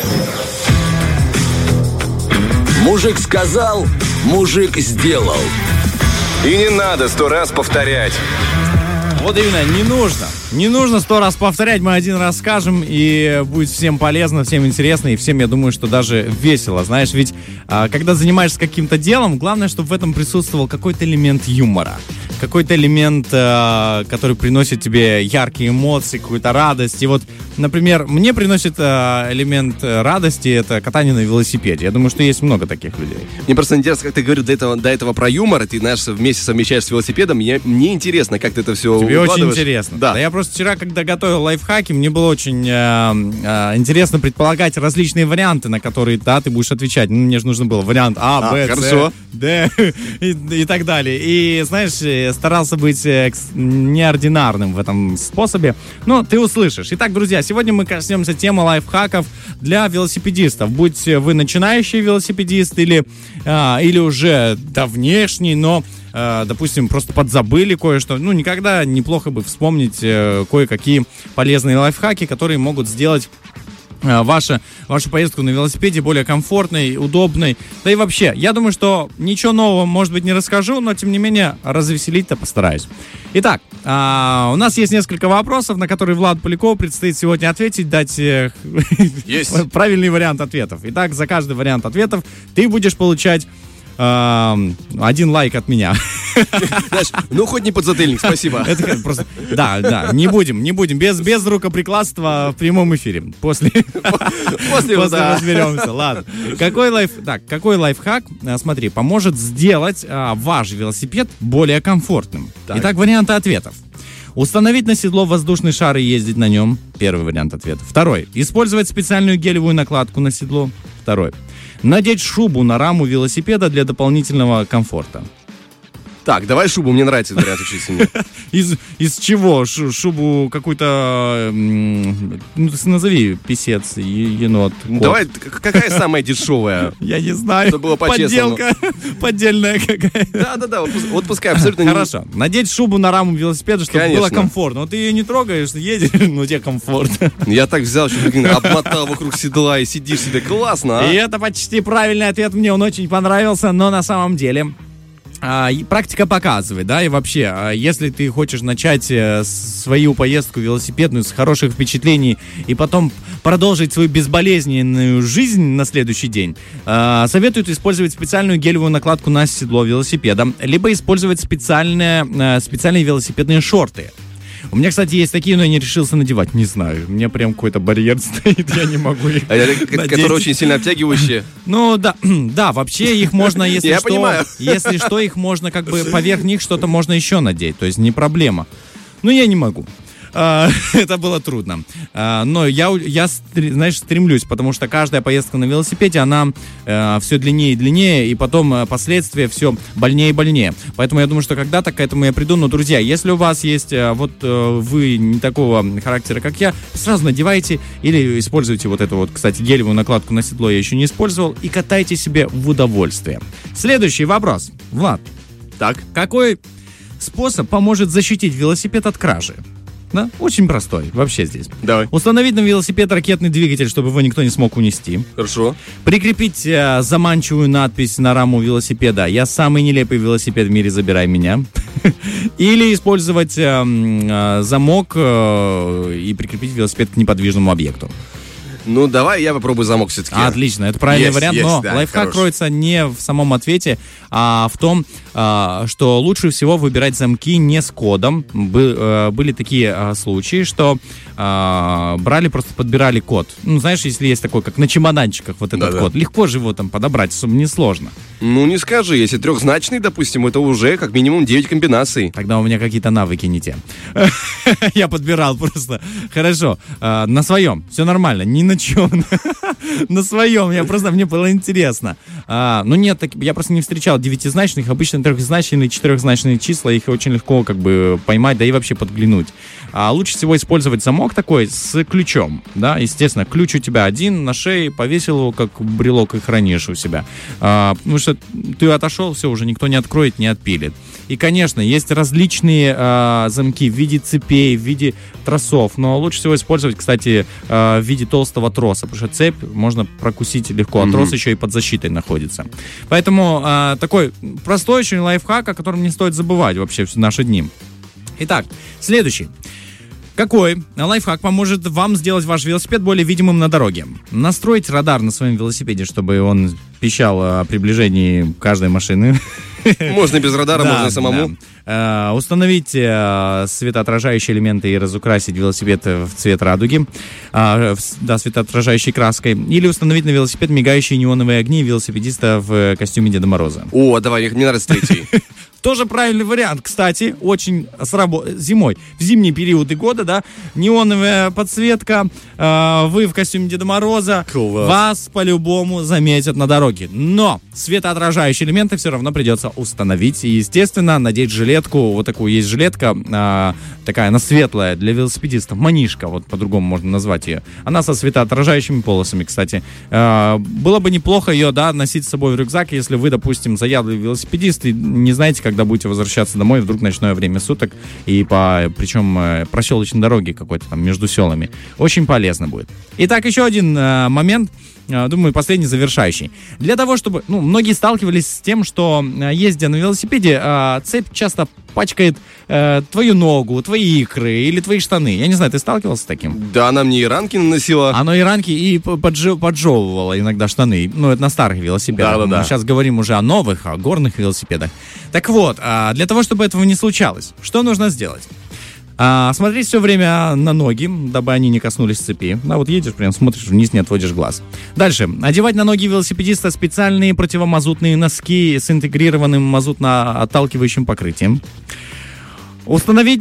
Мужик сказал, мужик сделал. И не надо 100 раз повторять. Вот именно, не нужно 100 раз повторять, мы один раз скажем, и будет всем полезно, всем интересно, и всем, я думаю, что даже весело, знаешь, ведь когда занимаешься каким-то делом, главное, чтобы в этом присутствовал какой-то элемент юмора, какой-то элемент, который приносит тебе яркие эмоции, какую-то радость, и вот, например, мне приносит элемент радости, это катание на велосипеде, я думаю, что есть много таких людей. Мне просто интересно, как ты говорил до этого про юмор, ты, знаешь, вместе совмещаешь с велосипедом, мне интересно, как ты это все Тебе очень интересно. Да, я просто вчера, когда готовил лайфхаки, мне было очень интересно предполагать различные варианты, на которые, да, ты будешь отвечать. Ну, мне же нужно было вариант А, Б, С, Д и так далее. И, знаешь, старался быть неординарным в этом способе. Но ты услышишь. Итак, друзья, сегодня мы коснемся темы лайфхаков для велосипедистов. Будь вы начинающий велосипедист или уже давнешний, но допустим, просто подзабыли кое-что. Ну, никогда неплохо бы вспомнить кое-какие полезные лайфхаки, которые могут сделать вашу поездку на велосипеде более комфортной, удобной. Да и вообще, я думаю, что ничего нового, может быть, не расскажу, но, тем не менее, развеселить-то постараюсь. Итак, у нас есть несколько вопросов, на которые Влад Поляков предстоит сегодня ответить, дать правильный вариант ответов. Итак, за каждый вариант ответов ты будешь получать 1 лайк от меня. Знаешь, ну хоть не подзатыльник, спасибо. Это просто, да, не будем, без рукоприкладства в прямом эфире. После разберемся, ладно. Какой лайфхак, смотри, поможет сделать ваш велосипед более комфортным? Итак, варианты ответов. Установить на седло воздушный шар и ездить на нем. Первый вариант ответа. Второй. Использовать специальную гелевую накладку на седло. Второй. Надеть шубу на раму велосипеда для дополнительного комфорта. Так, давай шубу, мне нравится этот вариант, учиться мне. Из чего? Шубу какую-то, ну, назови, писец, енот, кот. Давай, какая самая дешевая? Я не знаю. Чтобы было по-честному. Подделка поддельная какая-то. Да, вот пускай абсолютно не... Хорошо, надеть шубу на раму велосипеда, чтобы было комфортно. Вот ты ее не трогаешь, едешь, но тебе комфортно. Я так взял, обмотал вокруг седла и сидишь себе, классно, а? И это почти правильный ответ, мне он очень понравился, но на самом деле... Практика показывает, да, и вообще, если ты хочешь начать свою поездку велосипедную с хороших впечатлений и потом продолжить свою безболезненную жизнь на следующий день, советуют использовать специальную гелевую накладку на седло велосипеда, либо использовать специальные велосипедные шорты. У меня, кстати, есть такие, но я не решился надевать. Не знаю, у меня прям какой-то барьер стоит, я не могу их надеть. Которые очень сильно обтягивающие. Ну, да, вообще их можно, если я что... понимаю. Если что, их можно как бы поверх них что-то можно еще надеть, то есть не проблема. Но я не могу. Это было трудно. Но я, знаешь, стремлюсь, потому что каждая поездка на велосипеде, она все длиннее и длиннее, и потом последствия все больнее и больнее. Поэтому я думаю, что когда-то к этому я приду. Но, друзья, если у вас есть, вы не такого характера, как я, сразу надевайте или используйте вот эту вот, кстати, гелевую накладку на седло, я еще не использовал, и катайте себе в удовольствие. Следующий вопрос. Влад, так, какой способ поможет защитить велосипед от кражи? Да? Очень простой, вообще здесь. Давай. Установить на велосипед ракетный двигатель, чтобы его никто не смог унести. Хорошо. Прикрепить заманчивую надпись на раму велосипеда «Я самый нелепый велосипед в мире, забирай меня». Или использовать замок и прикрепить велосипед к неподвижному объекту. Ну, давай я попробую замок все-таки. Отлично, это правильный вариант, но да, лайфхак кроется не в самом ответе, а в том, что лучше всего выбирать замки не с кодом. Были такие случаи, что брали, просто подбирали код. Ну, знаешь, если есть такой, как на чемоданчиках вот этот код, легко же его там подобрать, особо несложно. Ну, не скажи, если трехзначный, допустим, это уже как минимум 9 комбинаций. Тогда у меня какие-то навыки не те. Я подбирал просто. Хорошо, на своем, все нормально, не на чем. На своем, мне было интересно. Ну нет, я просто не встречал 9-значных, обычно трехзначные, 4-значные числа, их очень легко как бы поймать, да и вообще подглянуть. Лучше всего использовать замок, замок такой с ключом, да, естественно, ключ у тебя один на шее, повесил его как брелок и хранишь у себя. Потому что ты отошел, все, уже никто не откроет, не отпилит. И, конечно, есть различные замки в виде цепей, в виде тросов, но лучше всего использовать, кстати, в виде толстого троса, потому что цепь можно прокусить легко, а трос еще и под защитой находится. Поэтому такой простой очень лайфхак, о котором не стоит забывать вообще в наши дни. Итак, следующий. Какой лайфхак поможет вам сделать ваш велосипед более видимым на дороге? Настроить радар на своем велосипеде, чтобы он пищал о приближении каждой машины. Можно без радара, можно и самому. Да. Установить светоотражающие элементы и разукрасить велосипед в цвет радуги, светоотражающей краской. Или установить на велосипед мигающие неоновые огни велосипедиста в костюме Деда Мороза. О, давай, мне нравится третий. Тоже правильный вариант, кстати, очень зимой, в зимние периоды года, да, неоновая подсветка, вы в костюме Деда Мороза, вас по-любому заметят на дороге. Но светоотражающие элементы все равно придется установить и, естественно, надеть жилетку, вот такую есть жилетка, такая, она светлая для велосипедистов, манишка, вот по-другому можно назвать ее. Она со светоотражающими полосами, кстати. Было бы неплохо ее, да, носить с собой в рюкзак, если вы, допустим, заядлый велосипедист и не знаете, когда будете возвращаться домой, вдруг ночное время суток, и причем проселочной дороге какой-то там между селами. Очень полезно будет. Итак, еще один момент, думаю, последний, завершающий. Для того, чтобы... многие сталкивались с тем, что, ездя на велосипеде, цепь часто пачкает твою ногу, твои икры или твои штаны. Я не знаю, ты сталкивался с таким? Да, она мне и ранки наносила. Оно и ранки, и поджевывало иногда штаны. Это на старых велосипедах. Да. Мы сейчас говорим уже о новых, о горных велосипедах. Так вот, для того, чтобы этого не случалось, что нужно сделать? Смотреть все время на ноги, дабы они не коснулись цепи. Вот едешь, прям смотришь вниз, не отводишь глаз. Дальше. Одевать на ноги велосипедиста специальные противомазутные носки с интегрированным мазутно-отталкивающим покрытием. Установить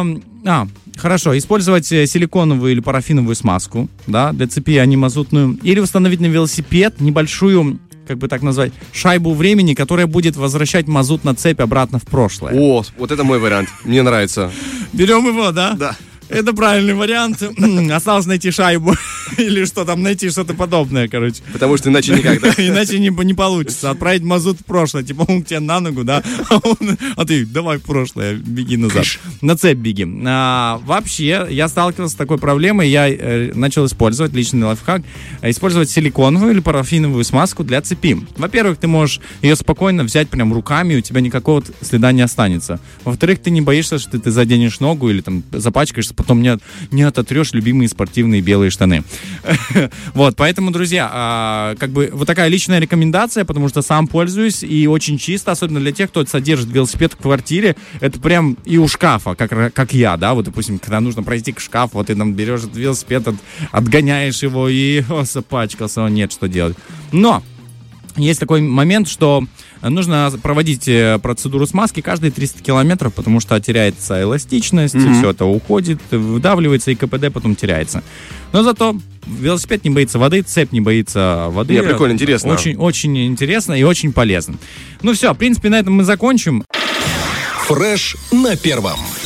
использовать силиконовую или парафиновую смазку, да, для цепи, а не мазутную. Или установить на велосипед небольшую, как бы так назвать, шайбу времени, которая будет возвращать мазут на цепь обратно в прошлое. О, вот это мой вариант. Мне нравится. Берем его, да? Да. Это правильный вариант. Осталось найти шайбу или что там, найти что-то подобное, короче. Потому что иначе никак, да? Иначе не получится. Отправить мазут в прошлое. Типа он к тебе на ногу, да? А ты давай в прошлое, беги назад. На цепь беги. Вообще, я сталкивался с такой проблемой. Я начал использовать, личный лайфхак, использовать силиконовую или парафиновую смазку для цепи. Во-первых, ты можешь ее спокойно взять прям руками, у тебя никакого следа не останется. Во-вторых, ты не боишься, что ты заденешь ногу или там запачкаешься, потом не ототрешь любимые спортивные белые штаны. Вот, поэтому, друзья, вот такая личная рекомендация, потому что сам пользуюсь и очень чисто, особенно для тех, кто содержит велосипед в квартире, это прям и у шкафа, как я, да, вот, допустим, когда нужно пройти к шкафу, вот ты там берешь этот велосипед, отгоняешь его и запачкался, нет, что делать. Но есть такой момент, что нужно проводить процедуру смазки каждые 300 километров, потому что теряется эластичность, все это уходит, выдавливается, и КПД потом теряется. Но зато велосипед не боится воды, цепь не боится воды. Прикольно, интересно. Очень интересно и очень полезно. Все, в принципе, на этом мы закончим. Фреш на первом.